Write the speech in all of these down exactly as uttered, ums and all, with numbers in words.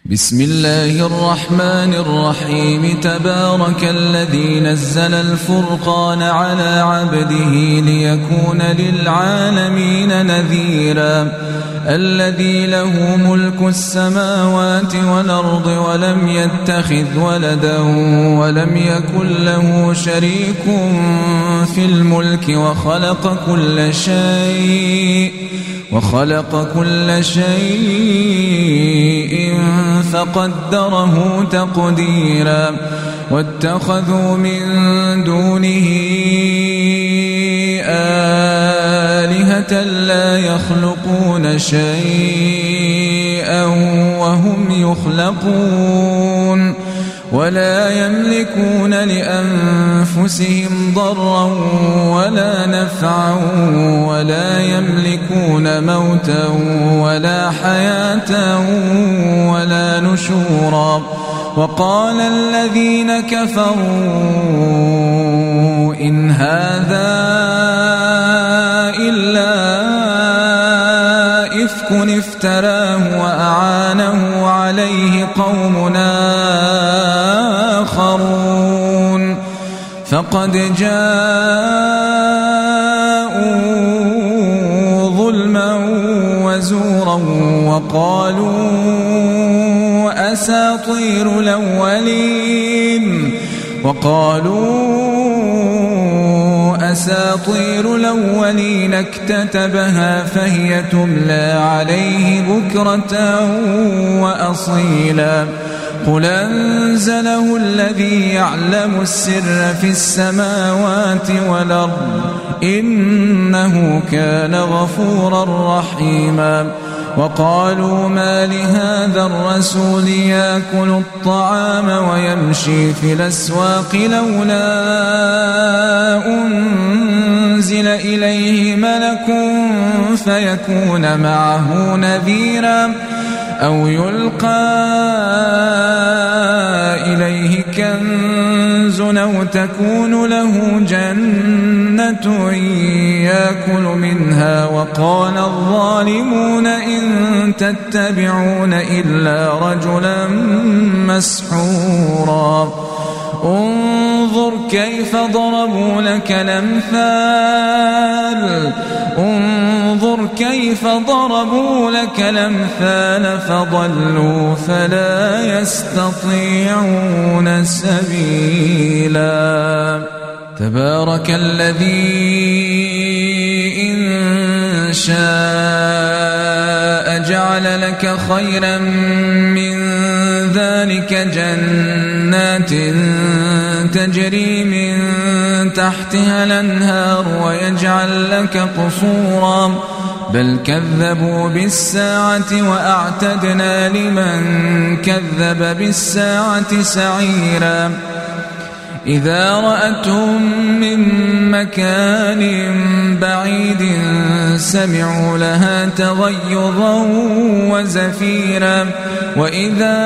بسم الله الرحمن الرحيم تبارك الذي نزل الفرقان على عبده ليكون للعالمين نذيرا الذي له ملك السماوات والأرض ولم يتخذ ولدا ولم يكن له شريك في الملك وخلق كل شيء وخلق كل شيء فقدره تقديرا واتخذوا من دونه آلهة لا يخلقون شيئا وهم يخلقون ولا يملكون لأنفسهم ضرا ولا نفعا ولا يملكون موتا ولا حياة ولا نشورا وقال الذين كفروا إن هذا إلا إفك افتراه وأعانه عليه قومنا آخرون فقد جاءوا ظلما وزورا وقالوا أساطير الأولين وقالوا أساطير الأولين اكتتبها فهي تملى عليه بكرة وأصيلا قل أنزله الذي يعلم السر في السماوات والأرض إنه كان غفورا رحيما وقالوا ما لهذا الرسول يأكل الطعام ويمشي في الأسواق لولا أنزل إليه ملك فيكون معه نذيرا أو يلقى إليه كنز أو تكون له جنة يأكل منها وقال الظالمون إن تتبعون إلا رجلا مسحورا انظر كيف ضربوا لك الأمثال انظر كيف ضربوا لك الأمثال فضلوا فلا يستطيعون سبيلا تبارك الذي إن شاء جعل لك خيرا من ذلك جنات تجري من تحتها الأنهار ويجعل لك قصورا بل كذبوا بالساعة وأعتدنا لمن كذب بالساعة سعيرا إذا رأتهم من مكان بعيد سمعوا لها تغيظا وزفيرا وإذا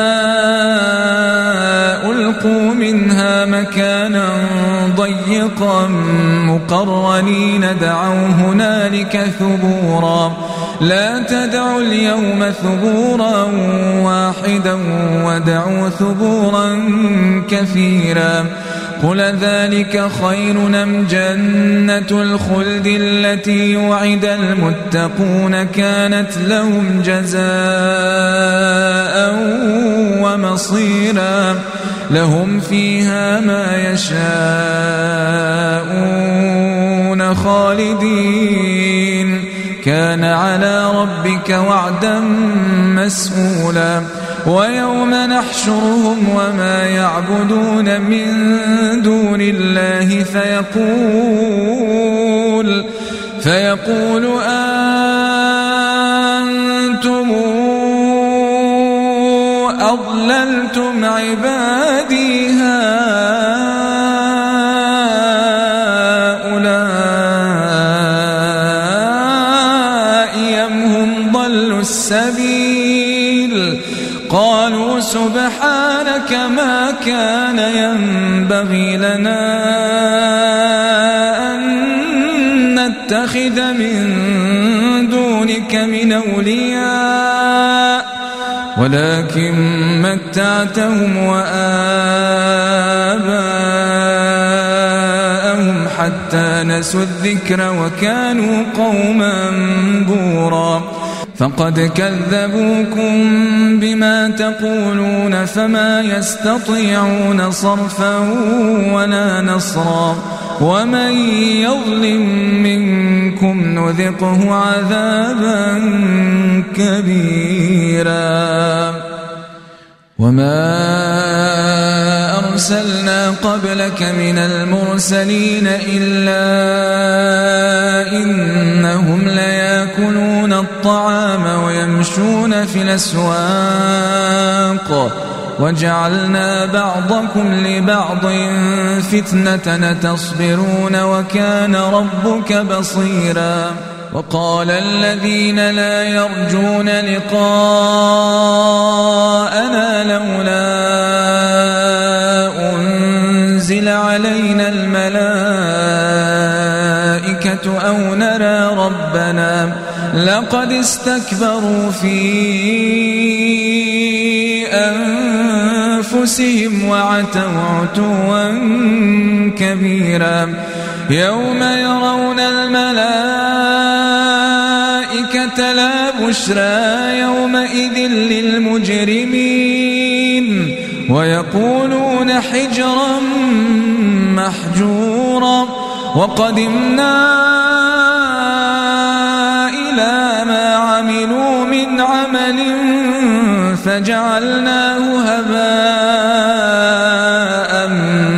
ألقوا منها مكانا ضيقا مقرنين دعوا هنالك ثبورا لا تدعوا اليوم ثبورا واحدا ودعوا ثبورا كثيرا قل ذلك خير أم جنة الخلد التي وعد المتقون كانت لهم جزاء ومصيرا لهم فيها ما يشاءون خالدين كان على ربك وعدا مسئولا ويوم نحشرهم وما يعبدون من دون الله فيقول فيقول أنتم أضللتم عبادي هؤلاء أم هم ضلوا السبيل قالوا سبحانك ما كان ينبغي لنا أن نتخذ من دونك من أولياء ولكن متعتهم وآباءهم حتى نسوا الذكر وكانوا قوما بورا فقد كذبوكم بما تقولون فما يستطيعون صرفا ولا نصرا ومن يظلم منكم نذقه عذابا كبيرا وما أرسلنا قبلك من المرسلين إلا إنهم ليأكلون الطعام ويمشون في الأسواق وجعلنا بعضكم لبعض فتنة تصبرون وكان ربك بصيرا وقال الذين لا يرجون لقاءنا لولا أنزل علينا الملائكة أو نرى ربنا لقد استكبروا في أنفسهم وعتوا عتوا كبيرا يوم يرون الملائكة لا بشرى يومئذ للمجرمين ويقولون حجرا محجورا وقدمنا إلى ما عملوا من عمل فجعلناه هباء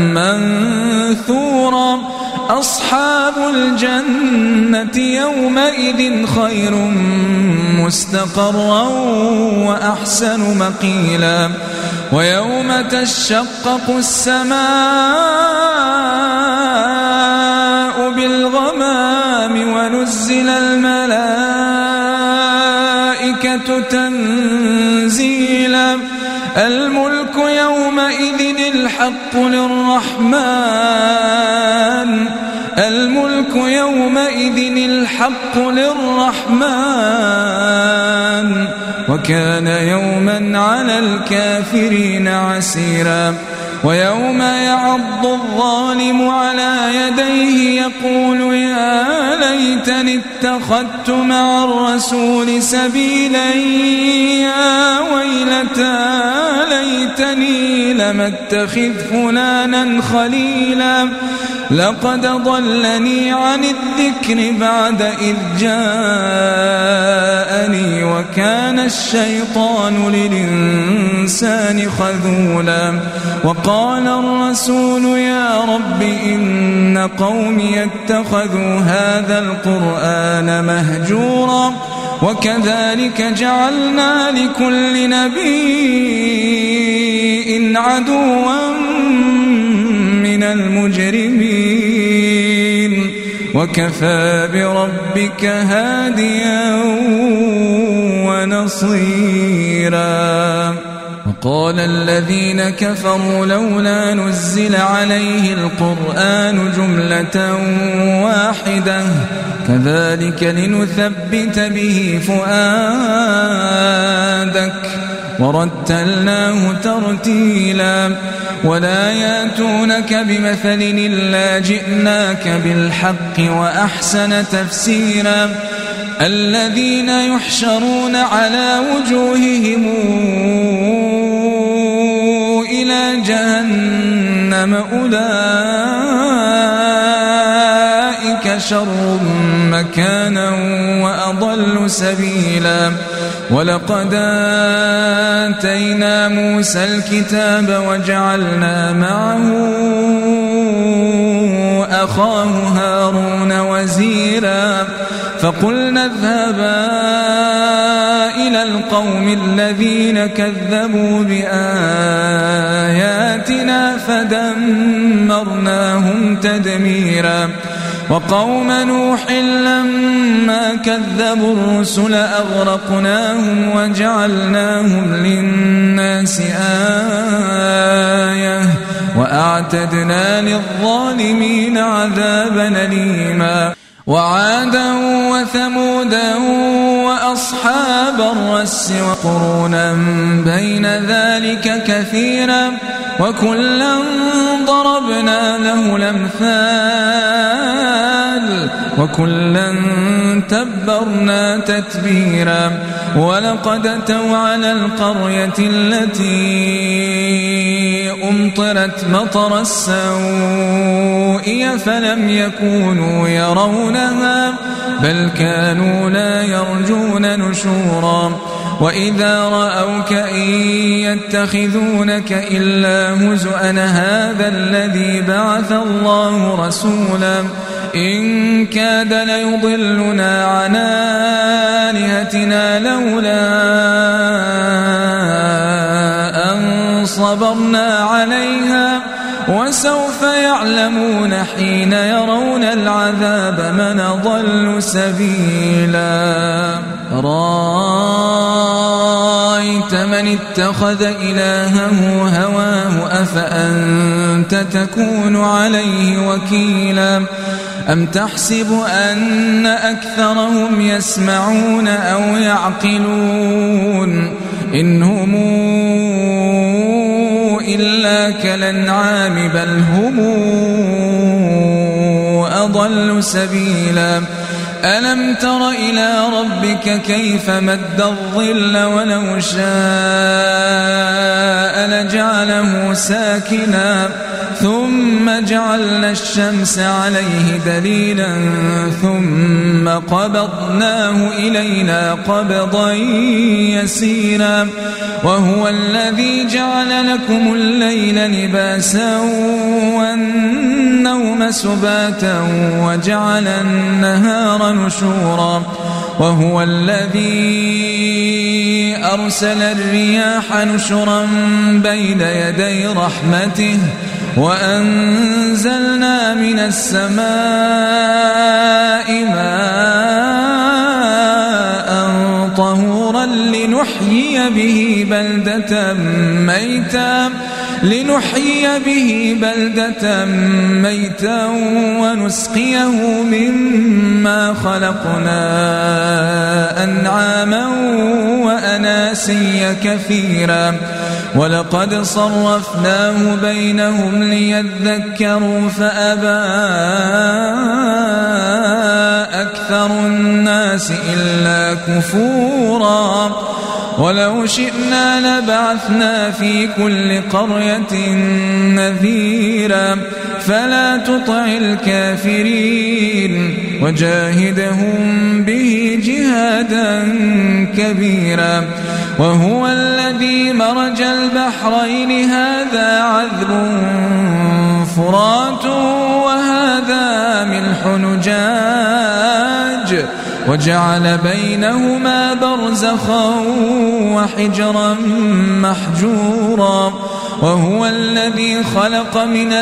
منثورا أصحاب الجنة يومئذ خير مستقرا وأحسن مقيلا ويوم تشقق السماء بالغمام ونزل الملائكة تنزيلا الملك يومئذ الحق للرحمن الملك يومئذ الحق للرحمن وكان يوما على الكافرين عسيرا ويوم يعض الظالم على يديه يقول يا ليتني اتخذت مع الرسول سبيلا يا ويلتى ليتني لم اتخذ فلانا خليلا لقد ضلني عن الذكر بعد إذ جاءني وكان الشيطان للإنسان خذولا وقال الرسول يا رب إن قومي اتخذوا هذا القرآن مهجورا وكذلك جعلنا لكل نبي عدوا من المجرمين وكفى بربك هاديا ونصيرا وقال الذين كفروا لولا نزل عليه القرآن جملة واحدة كذلك لنثبت به فؤادك ورتلناه ترتيلا ولا ياتونك بمثل إلا جئناك بالحق وأحسن تفسيرا الذين يحشرون على وجوههم إلى جهنم أولئك شر مكانا وأضل سبيلا ولقد آتينا موسى الكتاب وجعلنا معه أخاه هارون وزيرا فقلنا اذهبا إلى القوم الذين كذبوا بآياتنا فدمرناهم تدميرا وقوم نوح لما كذبوا الرسل أغرقناهم وجعلناهم للناس آية وأعتدنا للظالمين عذابا أليما وعادا وثمودا وأصحاب الرس وقرونا بين ذلك كثيرا وكلا ضربنا له الأمثال وكلا تبرنا تتبيرا ولقد أتوا على القرية التي أمطرت مطر السوء فلم يكونوا يرونها بل كانوا لا يرجون نشورا وإذا رأوك إن يتخذونك إلا هزؤا هذا الذي بعث الله رسولا إن كاد ليضلنا عن آلهتنا لولا أن صبرنا عليها وسوف يعلمون حين يرون العذاب من أضل سبيلا رأيت من اتخذ إلهه هواه أفأنت تكون عليه وكيلا أم تحسب أن أكثرهم يسمعون أو يعقلون إن هم إلا كالأنعام بل هم أضل سبيلا ألم تر إلى ربك كيف مد الظل ولو شاء لجعله ساكنا ثم جعلنا الشمس عليه دليلا ثم قبضناه إلينا قبضا يسيرا وهو الذي جعل لكم الليل لباسا والنوم سباتا وجعل النهار نشورا وهو الذي أرسل الرياح نشرا بين يدي رحمته وأنزلنا من السماء ماء طهورا لنحيي به بلدة ميتا لنحيي به بلدة ميتا ونسقيه مما خلقنا أنعاما وأناسيا كثيرا ولقد صرفناه بينهم ليذكروا فأبى أكثر الناس إلا كفورا ولو شئنا لبعثنا في كل قرية نذيرا فلا تطع الكافرين وجاهدهم به جهادا كبيرا وهو الذي مرج البحرين هذا عذب فرات وهذا ملح نجاج وجعل بينهما برزخا وحجرا محجورا وهو الذي خلق من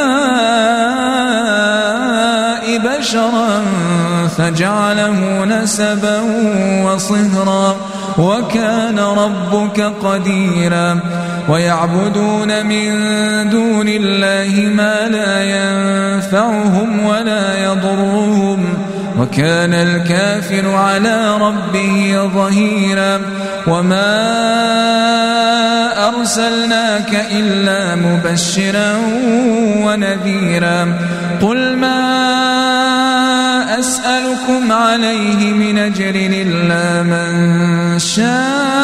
الماء بشرا فجعله نسبا وصهرا وكان ربك قديرا ويعبدون من دون الله ما لا ينفعهم ولا يضرهم وكان الكافر على ربه ظهيرا وما أرسلناك إلا مبشرا ونذيرا قل ما أسألكم عليه من أجر إلا من شاء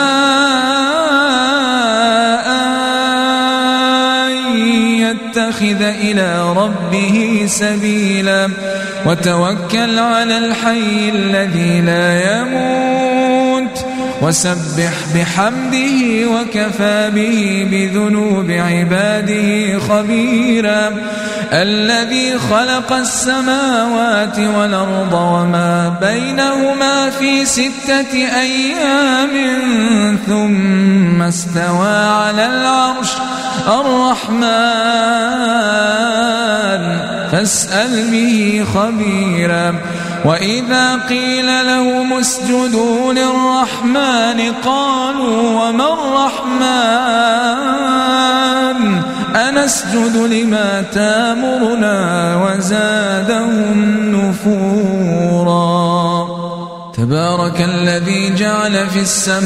أن يتخذ إلى ربه سبيلا وتوكل على الحي الذي لا يموت وسبح بحمده وكفى به بذنوب عباده خبيرا الذي خلق السماوات والأرض وما بينهما في ستة أيام ثم استوى على العرش الرحمن فاسأل به خبيرا وإذا قيل لهم اسجدوا للرحمن قالوا وما الرحمن أنسجد لما تامرنا وزادهم نفورا. تبارك تبارك الذي جعل في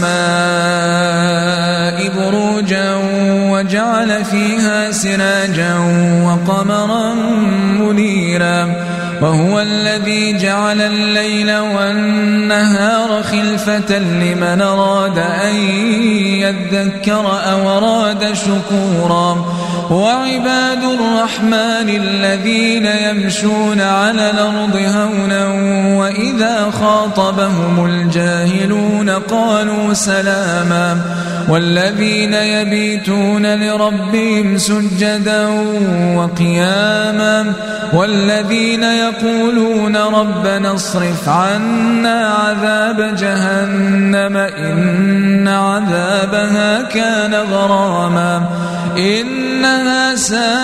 السماء بروجا وجعل فيها سراجا وقمرا منيرا وهو الذي جعل الليل والنهار خلفة لمن أراد أن يذكر أو أراد شكورا وعباد الرحمن الذين يمشون على الأرض هونا وإذا خاطبهم الجاهلون قالوا سلاما والذين يبيتون لربهم سجدا وقياما والذين يقولون ربنا اصرف عنا عذاب جهنم إن عذابها كان غراما إنها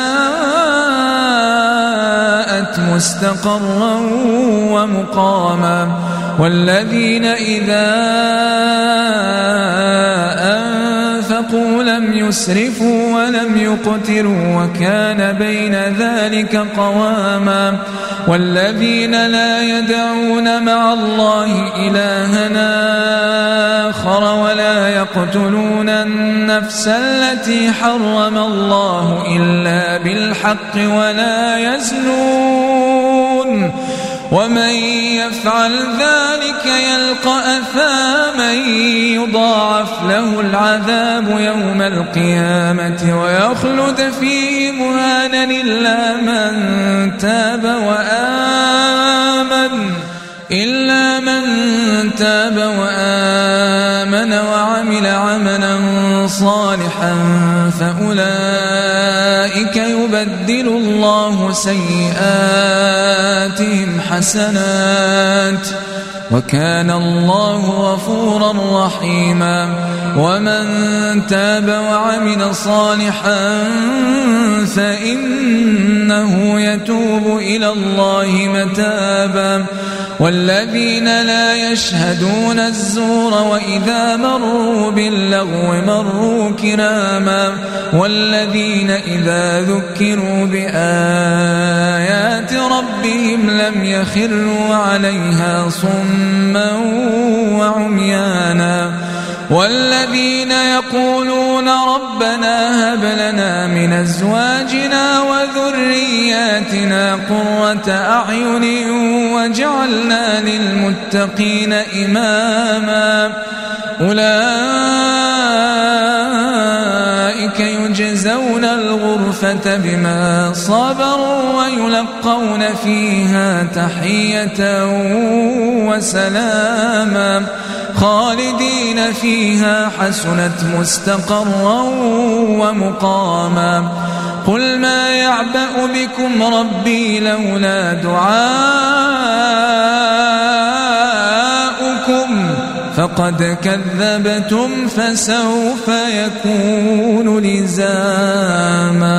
ساءت مستقرا ومقاما والذين إذا أنفقوا لم يسرفوا ولم يقتروا وكان بين ذلك قواما والذين لا يدعون مع الله إلهنا آخر ولا يقتلون النفس التي حرم الله إلا بالحق ولا يزنون ومن يفعل ذلك يلقى أثاما يضاعف له العذاب يوم القيامة ويخلد فيه مهانا إلا من تاب وآمن إلا من تاب وآمن وعمل عملا صالحا فأولئك يبدل الله سيئاتهم حسنات وكان الله غفورا رحيما ومن تاب وعمل صالحا فإنه يتوب إلى الله متابا والذين لا يشهدون الزور وإذا مروا باللغو مروا كراما والذين إذا ذكروا بآيات ربهم لم يخروا عليها صما وعميانا والذين يقولون ربنا هب لنا من أزواجنا وذرياتنا قرة أعين وجعلنا للمتقين إماما أولئك يجزون الغرفة بما صبروا ويلقون فيها تحية وسلاما خالدين فيها حسنت مستقرا ومقاما قل ما يعبأ بكم ربي لولا دعاؤكم فقد كذبتم فسوف يكون لزاما.